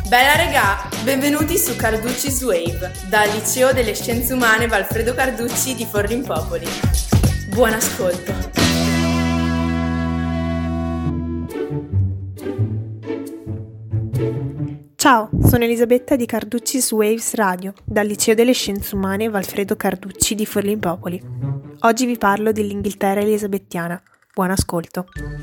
Bella regà, benvenuti su Carducci's Wave, dal Liceo delle Scienze Umane Valfredo Carducci di Forlimpopoli. Buon ascolto! Ciao, sono Elisabetta di Carducci's Waves Radio, dal Liceo delle Scienze Umane Valfredo Carducci di Forlimpopoli. Oggi vi parlo dell'Inghilterra elisabettiana. Buon ascolto!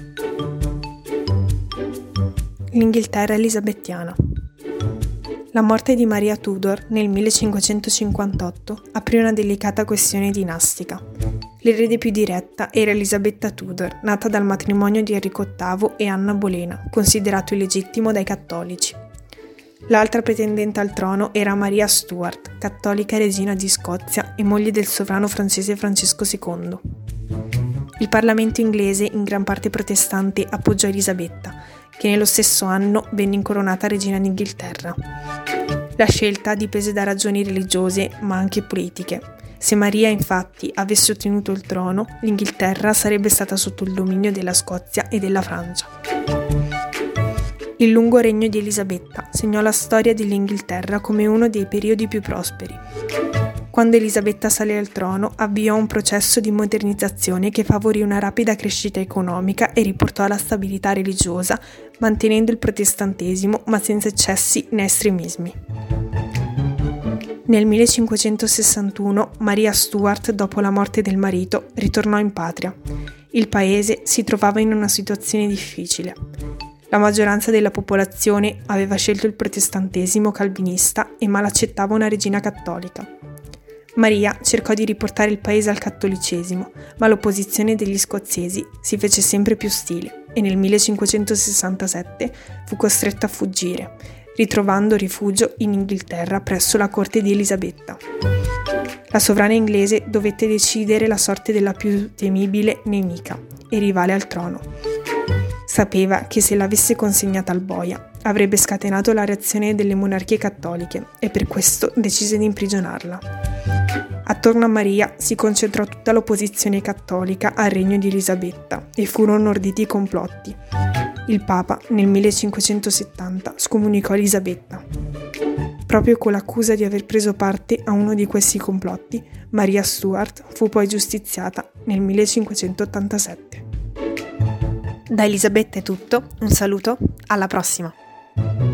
L'Inghilterra elisabettiana. La morte di Maria Tudor nel 1558 aprì una delicata questione dinastica. L'erede più diretta era Elisabetta Tudor, nata dal matrimonio di Enrico VIII e Anna Bolena, considerato illegittimo dai cattolici. L'altra pretendente al trono era Maria Stuart, cattolica regina di Scozia e moglie del sovrano francese Francesco II. Il Parlamento inglese, in gran parte protestante, appoggiò Elisabetta, che nello stesso anno venne incoronata regina d'Inghilterra. La scelta dipese da ragioni religiose, ma anche politiche. Se Maria, infatti, avesse ottenuto il trono, l'Inghilterra sarebbe stata sotto il dominio della Scozia e della Francia. Il lungo regno di Elisabetta segnò la storia dell'Inghilterra come uno dei periodi più prosperi. Quando Elisabetta salì al trono, avviò un processo di modernizzazione che favorì una rapida crescita economica e riportò alla stabilità religiosa, mantenendo il protestantesimo ma senza eccessi né estremismi. Nel 1561 Maria Stuart, dopo la morte del marito, ritornò in patria. Il paese si trovava in una situazione difficile. La maggioranza della popolazione aveva scelto il protestantesimo calvinista e mal accettava una regina cattolica. Maria cercò di riportare il paese al cattolicesimo, ma l'opposizione degli scozzesi si fece sempre più ostile e nel 1567 fu costretta a fuggire, ritrovando rifugio in Inghilterra presso la corte di Elisabetta. La sovrana inglese dovette decidere la sorte della più temibile nemica e rivale al trono. Sapeva che se l'avesse consegnata al boia avrebbe scatenato la reazione delle monarchie cattoliche e per questo decise di imprigionarla. Attorno a Maria si concentrò tutta l'opposizione cattolica al regno di Elisabetta e furono orditi i complotti. Il Papa, nel 1570, scomunicò Elisabetta. Proprio con l'accusa di aver preso parte a uno di questi complotti, Maria Stuart fu poi giustiziata nel 1587. Da Elisabetta è tutto, un saluto, alla prossima!